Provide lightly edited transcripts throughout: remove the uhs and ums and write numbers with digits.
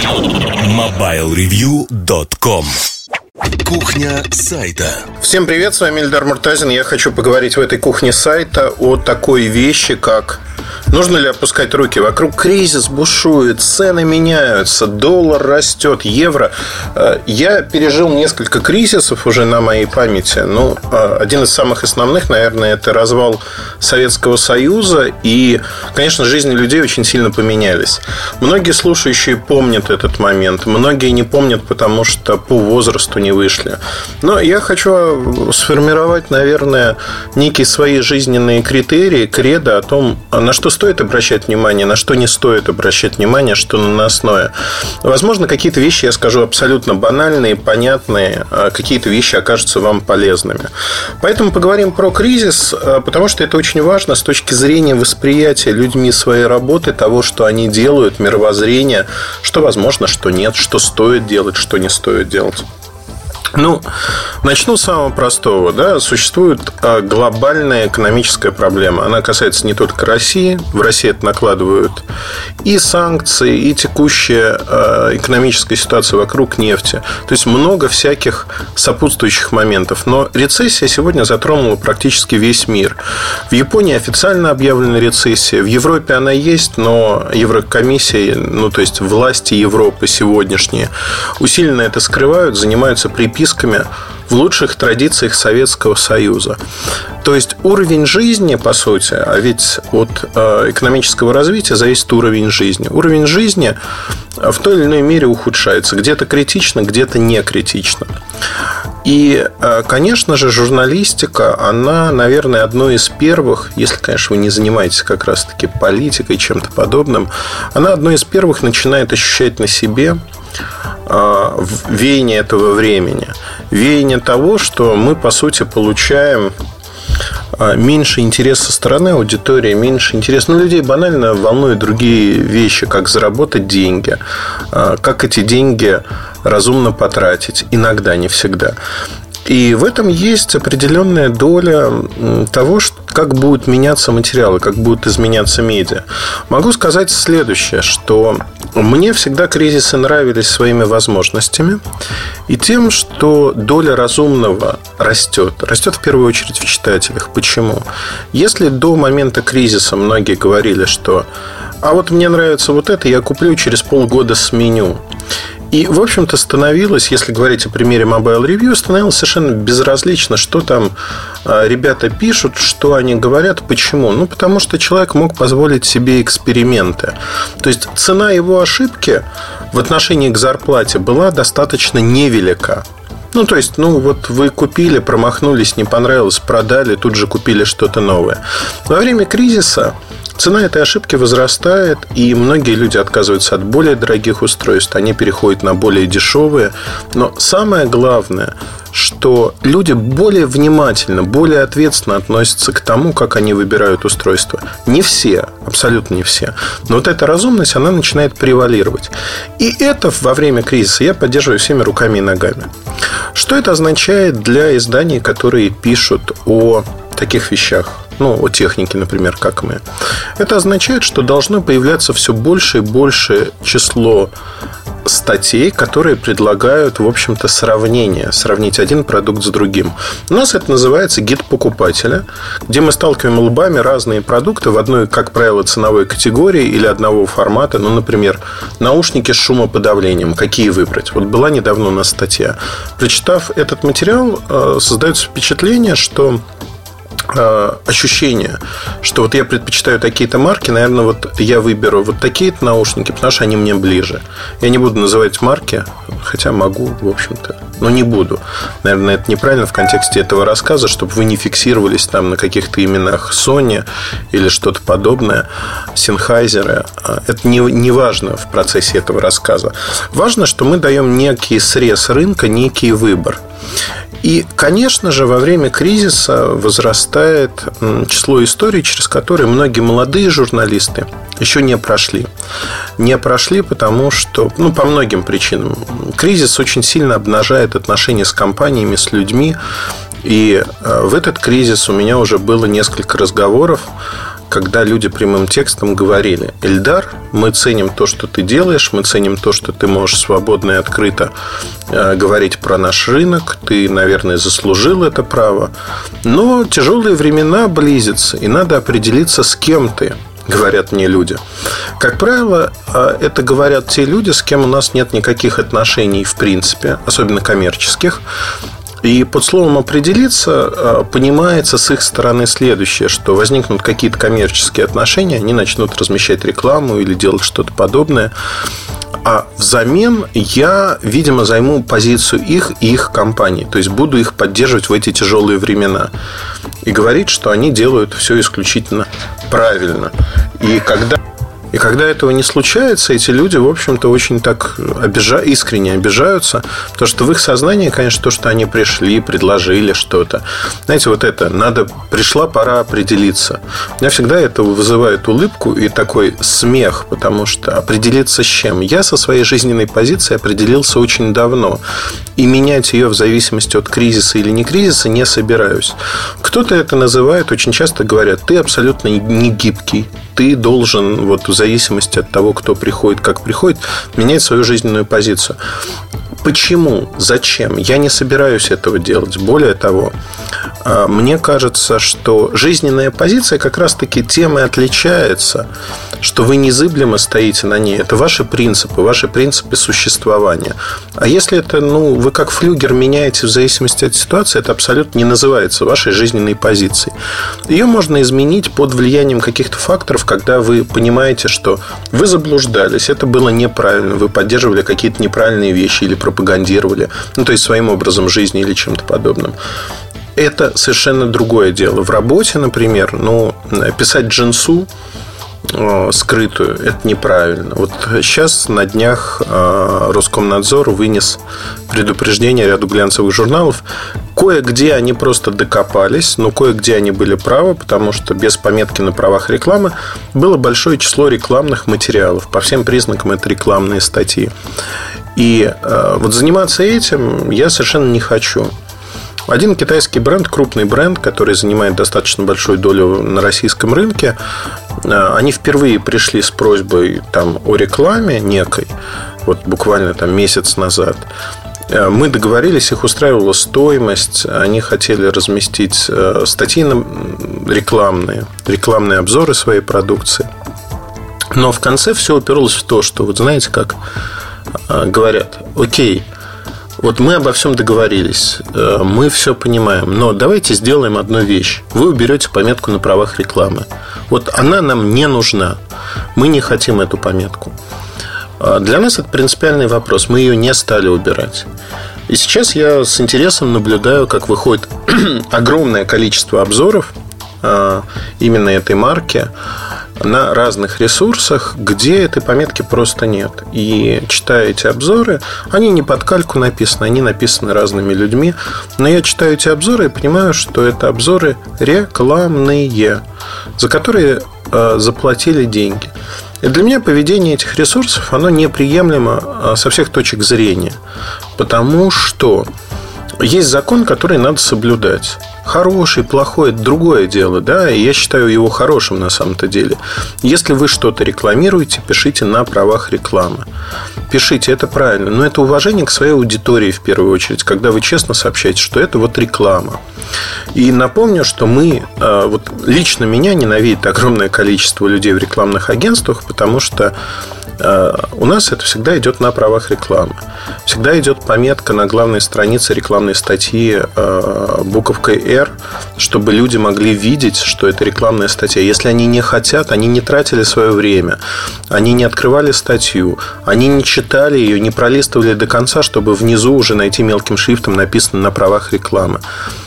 MobileReview.com. Кухня сайта. Всем привет, с вами Эльдар Муртазин. Я хочу поговорить в этой кухне сайта о такой вещи, как: нужно ли опускать руки? Вокруг кризис бушует, цены меняются, доллар растет, евро. Я пережил несколько кризисов уже на моей памяти. Один из самых основных, наверное, это развал Советского Союза. И, конечно, жизни людей очень сильно поменялись. Многие слушающие помнят этот момент, многие не помнят, потому что по возрасту не вышли. Но я хочу сформировать, наверное, некие свои жизненные критерии, кредо о том, на что стоит обращать внимание, на что не стоит обращать внимание, что наносное. Возможно, какие-то вещи я скажу абсолютно банальные, понятные, а какие-то вещи окажутся вам полезными. Поэтому поговорим про кризис, потому что это очень важно с точки зрения восприятия людьми своей работы, того, что они делают, мировоззрения, что возможно, что нет, что стоит делать, что не стоит делать. Начну с самого простого. Существует глобальная экономическая проблема. Она касается не только России. В России это накладывают и санкции, и текущая экономическая ситуация вокруг нефти. То есть много всяких сопутствующих моментов. Но рецессия сегодня затронула практически весь мир. В Японии официально объявлена рецессия. В Европе она есть, но Еврокомиссия, то есть власти Европы сегодняшние, усиленно это скрывают, занимаются приписками в лучших традициях Советского Союза. То есть уровень жизни, по сути, а ведь от экономического развития зависит уровень жизни. Уровень жизни в той или иной мере ухудшается. Где-то критично, где-то не критично. И, конечно же, журналистика, она, наверное, одной из первых, если, конечно, вы не занимаетесь как раз-таки политикой, чем-то подобным, она одной из первых начинает ощущать на себе веяние этого времени. Веяние того, что мы, по сути, получаем меньше интереса со стороны аудитории, меньше интереса. Людей банально волнуют другие вещи, как заработать деньги, как эти деньги разумно потратить. Иногда, не всегда. И в этом есть определенная доля того, как будут меняться материалы, как будут изменяться медиа. Могу сказать следующее, что мне всегда кризисы нравились своими возможностями и тем, что доля разумного растет. Растет в первую очередь в читателях. Почему? Если до момента кризиса многие говорили, что вот мне нравится вот это, я куплю, через полгода сменю. И, в общем-то, становилось, если говорить о примере Mobile Review, становилось совершенно безразлично, что там ребята пишут, что они говорят, почему. Потому что человек мог позволить себе эксперименты. То есть цена его ошибки в отношении к зарплате была достаточно невелика. То есть, вы купили, промахнулись, не понравилось, продали, тут же купили что-то новое. Во время кризиса цена этой ошибки возрастает, и многие люди отказываются от более дорогих устройств, они переходят на более дешевые. Но самое главное, что люди более внимательно, более ответственно относятся к тому, как они выбирают устройство. Не все, абсолютно не все. Но вот эта разумность, она начинает превалировать. И это во время кризиса я поддерживаю всеми руками и ногами. Что это означает для изданий, которые пишут о таких вещах? О технике, например, как мы. Это означает, что должно появляться все больше и больше число статей, которые предлагают, в общем-то, сравнить один продукт с другим. У нас это называется гид покупателя, где мы сталкиваем лбами разные продукты в одной, как правило, ценовой категории или одного формата. Например, наушники с шумоподавлением. Какие выбрать? Была недавно у нас статья. Прочитав этот материал, создается впечатление, что ощущение, что я предпочитаю такие-то марки, наверное, я выберу такие-то наушники, потому что они мне ближе. Я не буду называть марки, хотя могу, в общем-то, но не буду. Наверное, это неправильно в контексте этого рассказа, чтобы вы не фиксировались там на каких-то именах Sony или что-то подобное, Sennheiser. Это не важно в процессе этого рассказа. Важно, что мы даем некий срез рынка, некий выбор. И, конечно же, во время кризиса возрастает число историй, через которые многие молодые журналисты еще не прошли. Не прошли, потому что, по многим причинам. Кризис очень сильно обнажает отношения с компаниями, с людьми. И в этот кризис у меня уже было несколько разговоров когда люди прямым текстом говорили: Эльдар, мы ценим то, что ты делаешь, мы ценим то, что ты можешь свободно и открыто говорить про наш рынок, ты, наверное, заслужил это право, но тяжелые времена близятся, и надо определиться, с кем ты, говорят мне люди. Как правило, это говорят те люди, с кем у нас нет никаких отношений в принципе, особенно коммерческих. И под словом «определиться» понимается с их стороны следующее, что возникнут какие-то коммерческие отношения, они начнут размещать рекламу или делать что-то подобное. А взамен я, видимо, займу позицию их и их компании. То есть буду их поддерживать в эти тяжелые времена. И говорить, что они делают все исключительно правильно. И когда этого не случается, эти люди, в общем-то, очень так искренне обижаются. Потому что в их сознании, конечно, то, что они пришли, предложили что-то. Знаете, вот это, пришла пора определиться. У меня всегда это вызывает улыбку и такой смех, потому что определиться с чем? Я со своей жизненной позиции определился очень давно. И менять ее в зависимости от кризиса или не кризиса не собираюсь. Кто-то это называет, очень часто говорят: ты абсолютно не гибкий. Ты должен, в зависимости от того, кто приходит, как приходит, менять свою жизненную позицию. Почему? Зачем? Я не собираюсь этого делать. Более того, мне кажется, что жизненная позиция как раз-таки тем и отличается, что вы незыблемо стоите на ней. Это ваши принципы существования. А если это, вы как флюгер меняете в зависимости от ситуации, это абсолютно не называется вашей жизненной позицией. Ее можно изменить под влиянием каких-то факторов, когда вы понимаете, что вы заблуждались, это было неправильно, вы поддерживали какие-то неправильные вещи или пропагандировали, то есть своим образом жизни или чем-то подобным. Это совершенно другое дело. В работе, например, писать джинсу скрытую – это неправильно. Вот сейчас на днях Роскомнадзор вынес предупреждение ряду глянцевых журналов. Кое-где они просто докопались, но кое-где они были правы, потому что без пометки на правах рекламы было большое число рекламных материалов. По всем признакам это рекламные статьи. И заниматься этим я совершенно не хочу. Один китайский бренд, крупный бренд, который занимает достаточно большую долю на российском рынке, они впервые пришли с просьбой о рекламе некой, буквально месяц назад. Мы договорились, их устраивала стоимость, они хотели разместить статьи рекламные обзоры своей продукции. Но в конце все уперлось в то, что, знаете, как говорят: окей, мы обо всем договорились, мы все понимаем, но давайте сделаем одну вещь. Вы уберете пометку на правах рекламы. Она нам не нужна. Мы не хотим эту пометку. Для нас это принципиальный вопрос. Мы ее не стали убирать. И сейчас я с интересом наблюдаю, как выходит огромное количество обзоров именно этой марки на разных ресурсах, где этой пометки просто нет. И читая эти обзоры, они не под кальку написаны, они написаны разными людьми. Но я читаю эти обзоры и понимаю, что это обзоры рекламные, за которые заплатили деньги. И для меня поведение этих ресурсов, оно неприемлемо со всех точек зрения. Потому что есть закон, который надо соблюдать. Хороший, плохой – это другое дело, да, и я считаю его хорошим на самом-то деле. Если вы что-то рекламируете, пишите на правах рекламы. Пишите, это правильно. Но это уважение к своей аудитории в первую очередь, когда вы честно сообщаете, что это реклама. И напомню, что лично меня ненавидит огромное количество людей в рекламных агентствах, потому что у нас это всегда идет на правах рекламы. Всегда идет пометка на главной странице рекламной статьи буковкой R, чтобы люди могли видеть, что это рекламная статья. Если они не хотят, они не тратили свое время, они не открывали статью, они не читали ее, не пролистывали до конца, чтобы внизу уже найти мелким шрифтом написано на правах рекламы.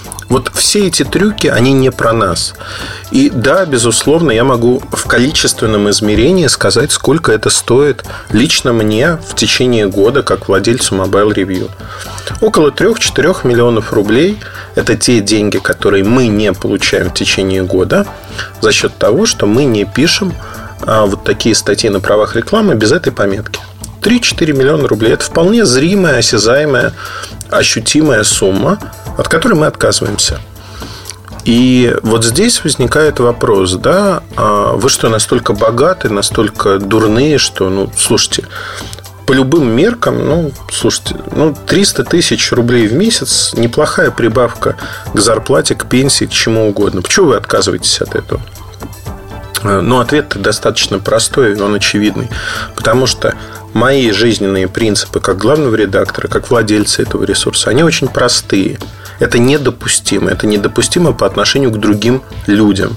Все эти трюки, они не про нас. И да, безусловно, я могу в количественном измерении сказать, сколько это стоит лично мне в течение года, как владельцу Mobile Review. Около 3-4 миллионов рублей – это те деньги, которые мы не получаем в течение года за счет того, что мы не пишем такие статьи на правах рекламы без этой пометки. 3-4 миллиона рублей – это вполне зримая, осязаемая, ощутимая сумма, от которой мы отказываемся. И вот здесь возникает вопрос, да, вы что, настолько богаты, настолько дурные, что, слушайте, по любым меркам, 300 тысяч рублей в месяц неплохая прибавка к зарплате, к пенсии, к чему угодно. Почему вы отказываетесь от этого? Ответ-то достаточно простой, он очевидный. Потому что мои жизненные принципы как главного редактора, как владельца этого ресурса, они очень простые. Это недопустимо. Это недопустимо по отношению к другим людям.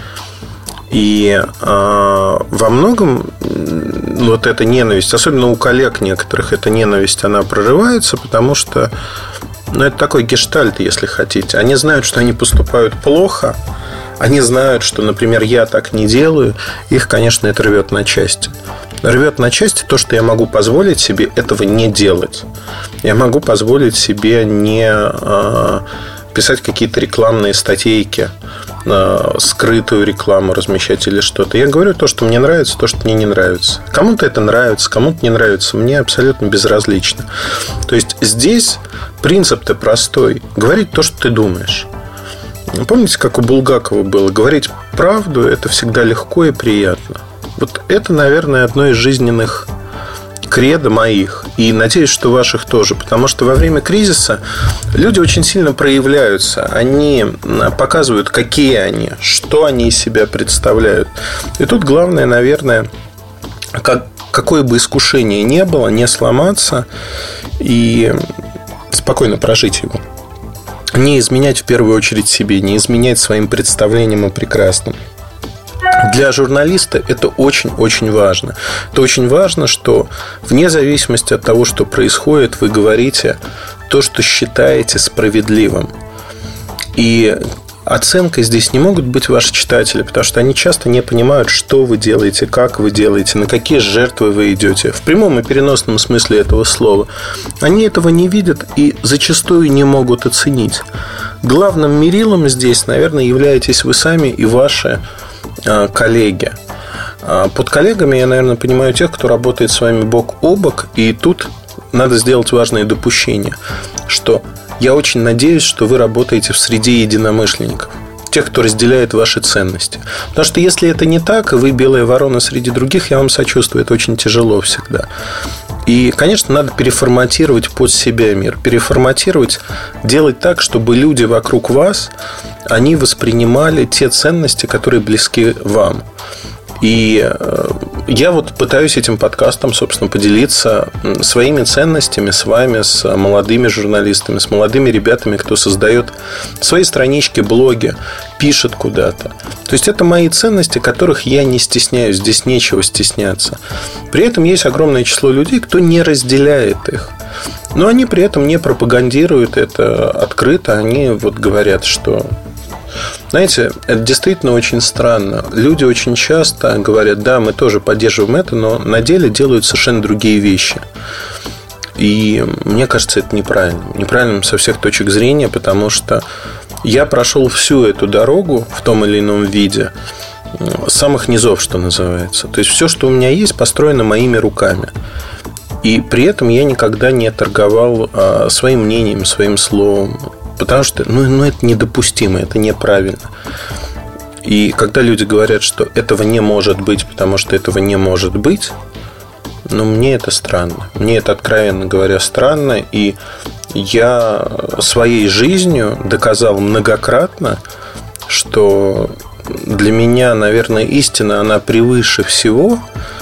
И во многом вот эта ненависть, особенно у коллег некоторых, эта ненависть, она прорывается, потому что это такой гештальт, если хотите. Они знают, что они поступают плохо. Они знают, что, например, я так не делаю. Их, конечно, это рвет на части. Рвет на части то, что я могу позволить себе этого не делать. Я могу позволить себе не писать какие-то рекламные статейки, скрытую рекламу размещать или что-то. Я говорю то, что мне нравится, то, что мне не нравится. Кому-то это нравится, кому-то не нравится. Мне абсолютно безразлично. То есть здесь принцип-то простой. Говорить то, что ты думаешь. Помните, как у Булгакова было? Говорить правду – это всегда легко и приятно. Вот это, наверное, одно из жизненных кредо моих. И надеюсь, что ваших тоже. Потому что во время кризиса люди очень сильно проявляются. Они показывают, какие они, что они из себя представляют. И тут главное, наверное, какое бы искушение ни было, не сломаться и спокойно прожить его. Не изменять в первую очередь себе, не изменять своим представлениям о прекрасном. Для журналиста это очень-очень важно. Это очень важно, что вне зависимости от того, что происходит, вы говорите то, что считаете справедливым. И оценкой здесь не могут быть ваши читатели, потому что они часто не понимают, что вы делаете, как вы делаете, на какие жертвы вы идете. В прямом и переносном смысле этого слова. Они этого не видят и зачастую не могут оценить. Главным мерилом здесь, наверное, являетесь вы сами и ваши коллеги. Под коллегами я, наверное, понимаю тех, кто работает с вами бок о бок. И тут надо сделать важное допущение, что я очень надеюсь, что вы работаете в среде единомышленников, тех, кто разделяет ваши ценности. Потому что если это не так, и вы белая ворона среди других, я вам сочувствую, это очень тяжело всегда. И, конечно, надо переформатировать под себя мир. Переформатировать, делать так, чтобы люди вокруг вас, они воспринимали те ценности, которые близки вам. И я вот пытаюсь этим подкастом, собственно, поделиться своими ценностями с вами, с молодыми журналистами, с молодыми ребятами, кто создает свои странички, блоги, пишет куда-то. То есть это мои ценности, которых я не стесняюсь, здесь нечего стесняться. При этом есть огромное число людей, кто не разделяет их. Но они при этом не пропагандируют это открыто. Они вот говорят, что... Знаете, это действительно очень странно. Люди очень часто говорят: да, мы тоже поддерживаем это, но на деле делают совершенно другие вещи. И мне кажется, это неправильно. Неправильно со всех точек зрения, потому что я прошел всю эту дорогу в том или ином виде с самых низов, что называется. То есть все, что у меня есть, построено моими руками. И при этом я никогда не торговал своим мнением, своим словом. Потому что это недопустимо, это неправильно. И когда люди говорят, что этого не может быть, потому что этого не может быть, мне это странно. Мне это, откровенно говоря, странно. И я своей жизнью доказал многократно, что для меня, наверное, истина, она превыше всего.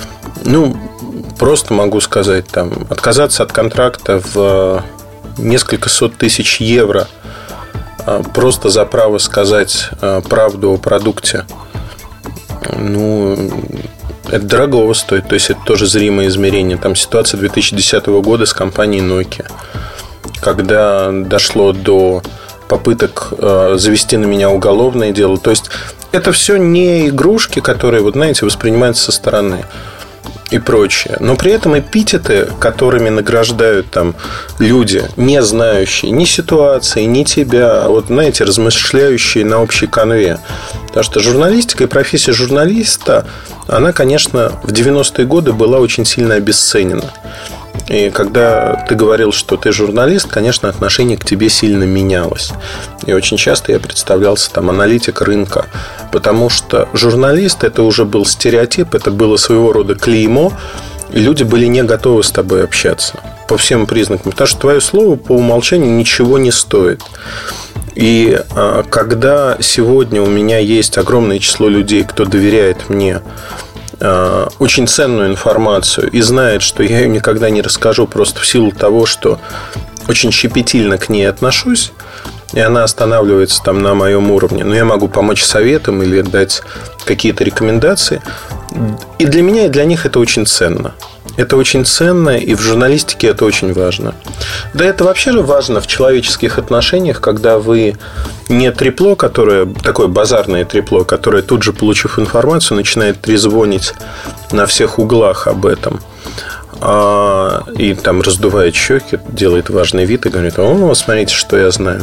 Просто могу сказать, отказаться от контракта в несколько сот тысяч евро просто за право сказать правду о продукте. Это дорогого стоит. То есть это тоже зримое измерение. Там ситуация 2010 года с компанией Nokia, когда дошло до попыток завести на меня уголовное дело. То есть это все не игрушки, которые, воспринимаются со стороны и прочее. Но при этом эпитеты, которыми награждают люди, не знающие ни ситуации, ни тебя, размышляющие на общей канве. Потому что журналистика и профессия журналиста, она, конечно, в 90-е годы была очень сильно обесценена. И когда ты говорил, что ты журналист, конечно, отношение к тебе сильно менялось. И очень часто я представлялся там аналитик рынка, потому что журналист – это уже был стереотип, это было своего рода клеймо, и люди были не готовы с тобой общаться по всем признакам, потому что твое слово по умолчанию ничего не стоит. И когда сегодня у меня есть огромное число людей, кто доверяет мне очень ценную информацию и знает, что я ее никогда не расскажу просто в силу того, что очень щепетильно к ней отношусь, и она останавливается там на моем уровне, но я могу помочь советом или дать какие-то рекомендации. И для меня, и для них это очень ценно. Это очень ценно, и в журналистике это очень важно. Да, это вообще важно в человеческих отношениях, когда вы не трепло, которое такое базарное трепло, которое тут же, получив информацию, начинает трезвонить на всех углах об этом, и там раздувает щеки, делает важный вид и говорит: о, смотрите, что я знаю.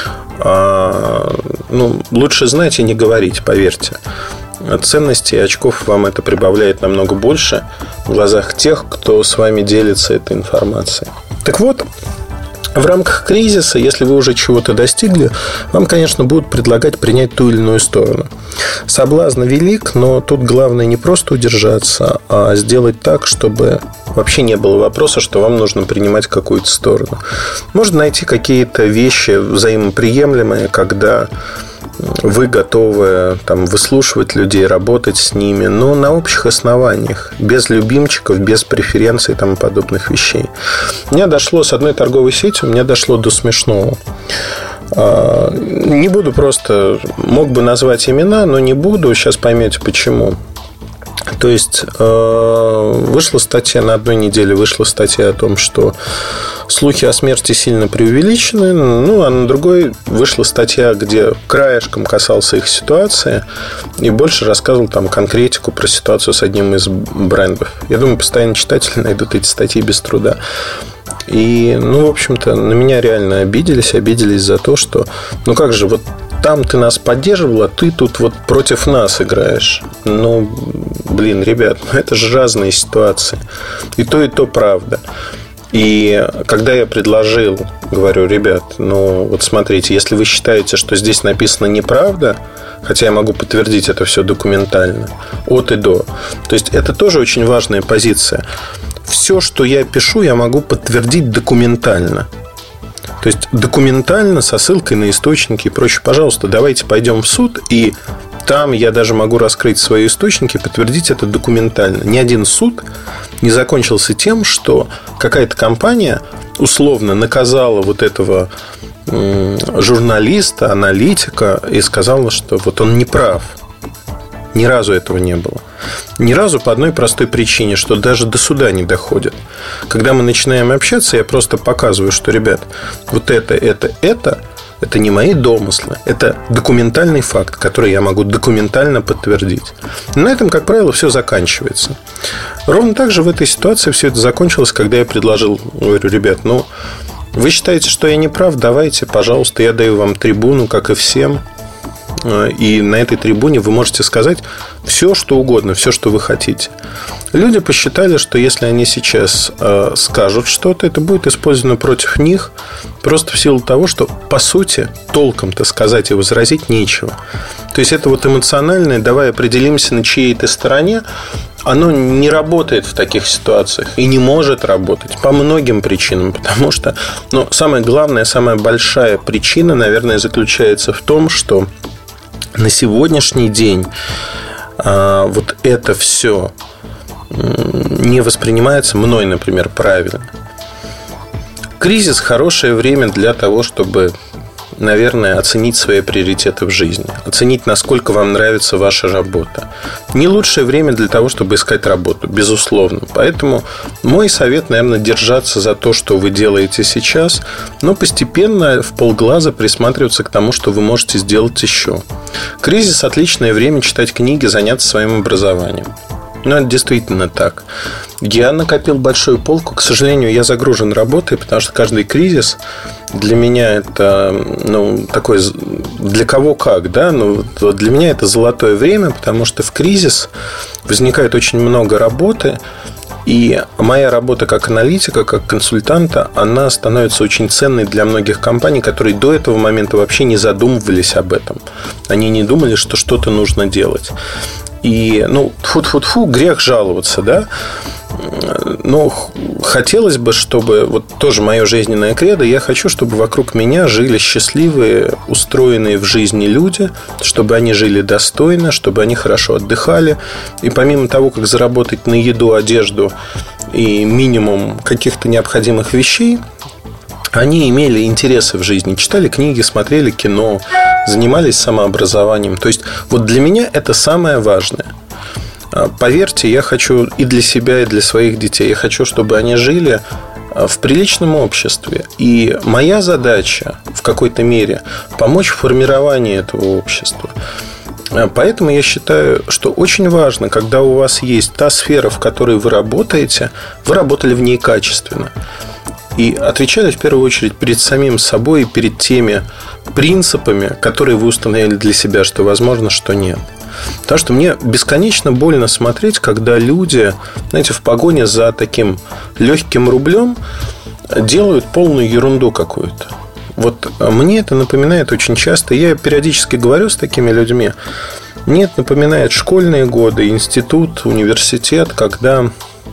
Лучше знать и не говорить, поверьте. Ценностей и очков вам это прибавляет намного больше в глазах тех, кто с вами делится этой информацией. Так вот, в рамках кризиса, если вы уже чего-то достигли, вам, конечно, будут предлагать принять ту или иную сторону. Соблазн велик, но тут главное не просто удержаться, а сделать так, чтобы вообще не было вопроса, что вам нужно принимать какую-то сторону. Можно найти какие-то вещи взаимоприемлемые, когда вы готовы там выслушивать людей, работать с ними, но на общих основаниях, без любимчиков, без преференций и тому подобных вещей. У меня дошло с одной торговой сетью, до смешного. Не буду просто, мог бы назвать имена, но не буду, сейчас поймете почему. То есть вышла статья, на одной неделе вышла статья о том, что слухи о смерти сильно преувеличены, а на другой вышла статья, где краешком касался их ситуации и больше рассказывал там конкретику про ситуацию с одним из брендов. Я думаю, постоянно читатели найдут эти статьи без труда. И, в общем-то, на меня реально обиделись за то, что, как же, вот там ты нас поддерживал, а ты тут вот против нас играешь. Ребят, это же разные ситуации. И то правда. И когда я предложил, говорю: ребят, вот смотрите, если вы считаете, что здесь написано неправда, хотя я могу подтвердить это все документально, от и до. То есть это тоже очень важная позиция. Все, что я пишу, я могу подтвердить документально. То есть документально, со ссылкой на источники и прочее. Пожалуйста, давайте пойдем в суд, и там я даже могу раскрыть свои источники, подтвердить это документально. Ни один суд не закончился тем, что какая-то компания условно наказала вот этого журналиста, аналитика и сказала, что вот он не прав. Ни разу этого не было. Ни разу по одной простой причине, что даже до суда не доходит. Когда мы начинаем общаться, я просто показываю, что, ребят, вот это не мои домыслы. Это документальный факт, который я могу документально подтвердить. На этом, как правило, все заканчивается. Ровно так же в этой ситуации все это закончилось, когда я предложил, говорю: ребят, вы считаете, что я не прав? Давайте, пожалуйста, я даю вам трибуну, как и всем. И на этой трибуне вы можете сказать все, что угодно, все, что вы хотите. Люди посчитали, что если они сейчас скажут что-то, это будет использовано против них, просто в силу того, что, по сути, толком-то сказать и возразить нечего. То есть это вот эмоциональное: давай определимся, на чьей ты стороне, оно не работает в таких ситуациях и не может работать по многим причинам. Потому что самая главная, самая большая причина, наверное, заключается в том, что на сегодняшний день вот это все не воспринимается мной, например, правильно. Кризис – хорошее время для того, чтобы, наверное, оценить свои приоритеты в жизни, оценить, насколько вам нравится ваша работа. Не лучшее время для того, чтобы искать работу, безусловно. Поэтому мой совет, наверное, держаться за то, что вы делаете сейчас, но постепенно вполглаза присматриваться к тому, что вы можете сделать еще. Кризис – отличное время читать книги, заняться своим образованием. Это действительно так. Я накопил большую полку. К сожалению, я загружен работой, потому что каждый кризис для меня это, такой, для кого как, да? Вот для меня это золотое время, потому что в кризис возникает очень много работы. И моя работа как аналитика, как консультанта, она становится очень ценной для многих компаний, которые до этого момента вообще не задумывались об этом. Они не думали, что что-то нужно делать. И, тьфу-тьфу-тьфу, грех жаловаться, да? Но хотелось бы, чтобы, вот тоже мое жизненное кредо, я хочу, чтобы вокруг меня жили счастливые, устроенные в жизни люди, чтобы они жили достойно, чтобы они хорошо отдыхали. И помимо того, как заработать на еду, одежду и минимум каких-то необходимых вещей, они имели интересы в жизни, читали книги, смотрели кино, занимались самообразованием. То есть вот для меня это самое важное. Поверьте, я хочу и для себя, и для своих детей. Я хочу, чтобы они жили в приличном обществе. И моя задача в какой-то мере помочь в формировании этого общества. Поэтому я считаю, что очень важно, когда у вас есть та сфера, в которой вы работаете, вы работали в ней качественно. И отвечали в первую очередь перед самим собой и перед теми принципами, которые вы установили для себя, что возможно, что нет. Потому что мне бесконечно больно смотреть, когда люди, знаете, в погоне за таким легким рублем делают полную ерунду какую-то. Вот мне это напоминает очень часто, я периодически говорю с такими людьми, мне это напоминает школьные годы, институт, университет, когда,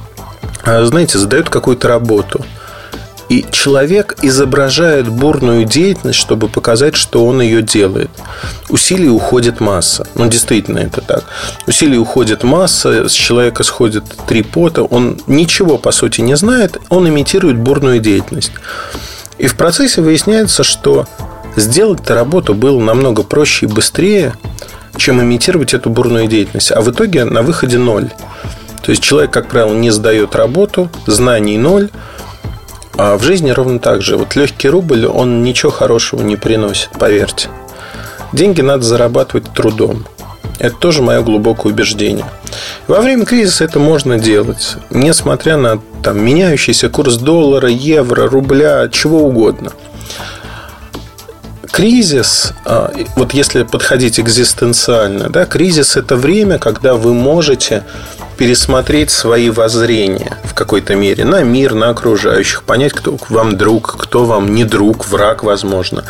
знаете, задают какую-то работу. И человек изображает бурную деятельность, чтобы показать, что он ее делает. Усилий уходит масса. Действительно это так. Усилий уходит масса, с человека сходит 3 пота. Он ничего, по сути, не знает. Он имитирует бурную деятельность. И в процессе выясняется, что сделать-то работу было намного проще и быстрее, чем имитировать эту бурную деятельность. А в итоге на выходе 0. То есть человек, как правило, не сдает работу, знаний 0. А в жизни ровно так же. Вот легкий рубль, он ничего хорошего не приносит, поверьте. Деньги надо зарабатывать трудом. Это тоже мое глубокое убеждение. Во время кризиса это можно делать, несмотря на меняющийся курс доллара, евро, рубля, чего угодно. Кризис, вот если подходить экзистенциально, да, кризис – это время, когда вы можете пересмотреть свои воззрения в какой-то мере на мир, на окружающих, понять, кто вам друг, кто вам не друг, враг, возможно.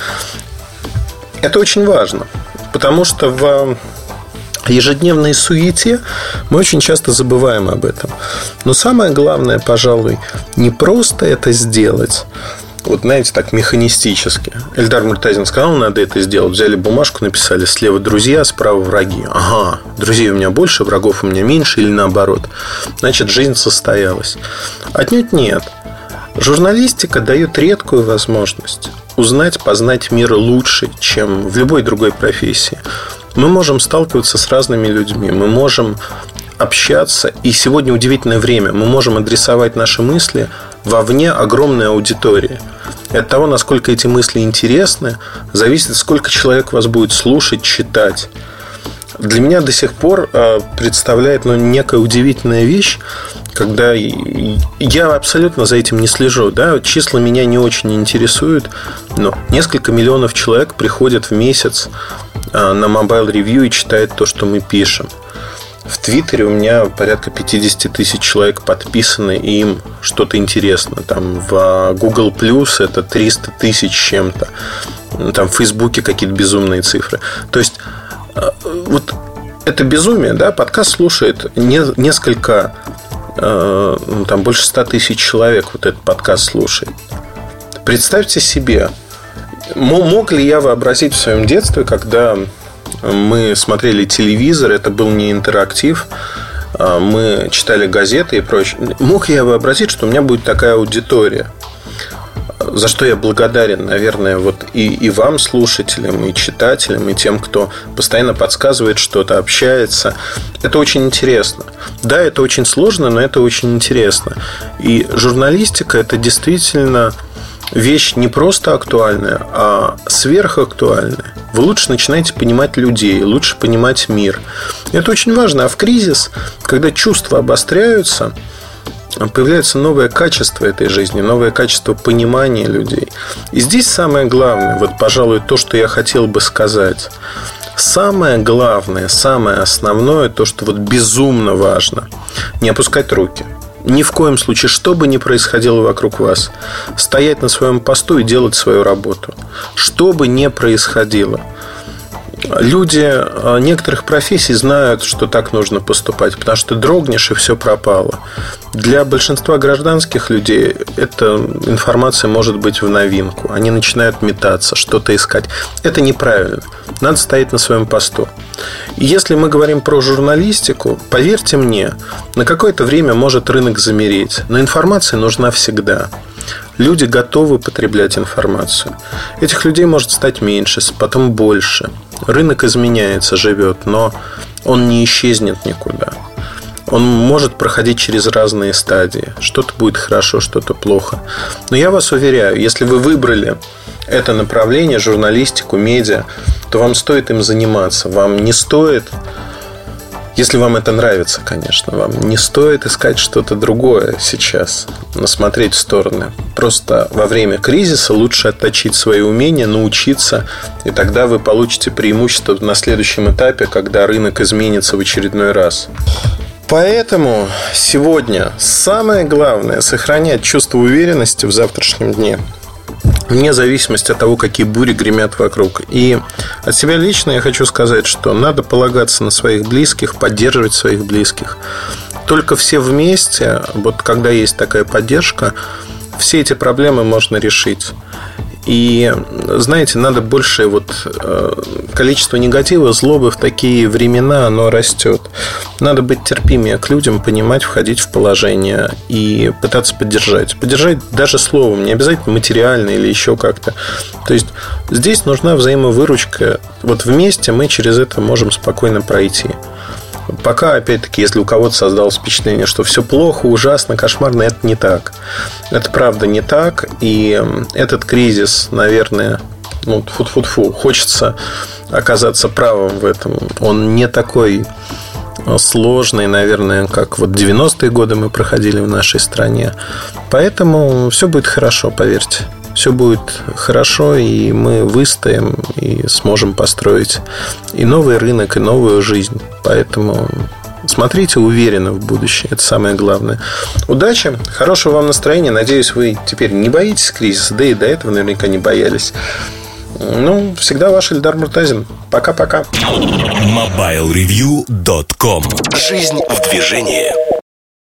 Это очень важно, потому что в ежедневной суете мы очень часто забываем об этом. Но самое главное, пожалуй, не просто это сделать, вот, знаете, так механистически. Эльдар Муртазин сказал, надо это сделать. Взяли бумажку, написали: слева друзья, справа враги. Ага, друзей у меня больше, врагов у меня меньше, или наоборот. Значит, жизнь состоялась. Отнюдь нет. Журналистика дает редкую возможность узнать, познать мир лучше, чем в любой другой профессии. Мы можем сталкиваться с разными людьми, мы можем общаться. И сегодня удивительное время. Мы можем адресовать наши мысли вовне огромной аудитории. И от того, насколько эти мысли интересны, зависит, сколько человек вас будет слушать, читать. Для меня до сих пор представляет некая удивительная вещь, когда я абсолютно за этим не слежу. Да? Числа меня не очень интересуют, но несколько миллионов человек приходят в месяц на Mobile Review и читают то, что мы пишем. В Твиттере у меня порядка 50 тысяч человек подписаны, и им что-то интересно. Там в Google Plus это 300 тысяч чем-то. Там в Фейсбуке какие-то безумные цифры. То есть вот это безумие, да? Подкаст слушает несколько, там больше 100 тысяч человек вот этот подкаст слушает. Представьте себе, мог ли я вообразить в своем детстве, когда мы смотрели телевизор, это был не интерактив, мы читали газеты и прочее. Мог я вообразить, что у меня будет такая аудитория? За что я благодарен, наверное, вот и вам, слушателям, и читателям, и тем, кто постоянно подсказывает что-то, общается. Это очень интересно. Да, это очень сложно, но это очень интересно. И журналистика – это действительно вещь не просто актуальная, а сверхактуальная. Вы лучше начинаете понимать людей, лучше понимать мир. Это очень важно. А в кризис, когда чувства обостряются, появляется новое качество этой жизни, новое качество понимания людей. И здесь самое главное, вот, пожалуй, то, что я хотел бы сказать. Самое главное, самое основное, то, что вот безумно важно, не опускать руки. Ни в коем случае, что бы ни происходило вокруг вас, стоять на своем посту и делать свою работу. Что бы ни происходило. Люди некоторых профессий знают, что так нужно поступать, потому что дрогнешь, и все пропало. Для большинства гражданских людей эта информация может быть в новинку. Они начинают метаться, что-то искать. Это неправильно. Надо стоять на своем посту. И если мы говорим про журналистику, поверьте мне, на какое-то время может рынок замереть. Но информация нужна всегда. Люди готовы потреблять информацию. Этих людей может стать меньше, потом больше. Рынок изменяется, живет, но он не исчезнет никуда. Он может проходить через разные стадии. Что-то будет хорошо, что-то плохо. Но я вас уверяю, если вы выбрали это направление, журналистику, медиа, то вам стоит им заниматься. Вам не стоит, если вам это нравится, конечно, вам не стоит искать что-то другое сейчас, смотреть в стороны. Просто во время кризиса лучше отточить свои умения, научиться, и тогда вы получите преимущество на следующем этапе, когда рынок изменится в очередной раз. Поэтому сегодня самое главное – сохранять чувство уверенности в завтрашнем дне, вне зависимости от того, какие бури гремят вокруг. И от себя лично я хочу сказать, что надо полагаться на своих близких, поддерживать своих близких. Только все вместе, вот когда есть такая поддержка, все эти проблемы можно решить. И, знаете, надо больше количество негатива, злобы в такие времена, оно растет. Надо быть терпимее к людям, понимать, входить в положение и пытаться поддержать. Поддержать даже словом, не обязательно материально или еще как-то. То есть здесь нужна взаимовыручка. Вот вместе мы через это можем спокойно пройти. Пока, опять-таки, если у кого-то создалось впечатление, что все плохо, ужасно, кошмарно, это не так. Это правда не так. И этот кризис, наверное, тьфу-тьфу-тьфу, хочется оказаться правым в этом. Он не такой сложный, наверное, как 90-е годы мы проходили в нашей стране. Поэтому все будет хорошо, поверьте. Все будет хорошо, и мы выстоим и сможем построить и новый рынок, и новую жизнь. Поэтому смотрите уверенно в будущее. Это самое главное. Удачи, хорошего вам настроения. Надеюсь, вы теперь не боитесь кризиса. Да и до этого наверняка не боялись. Всегда ваш Эльдар Муртазин. Пока-пока. MobileReview.com. Жизнь в движении.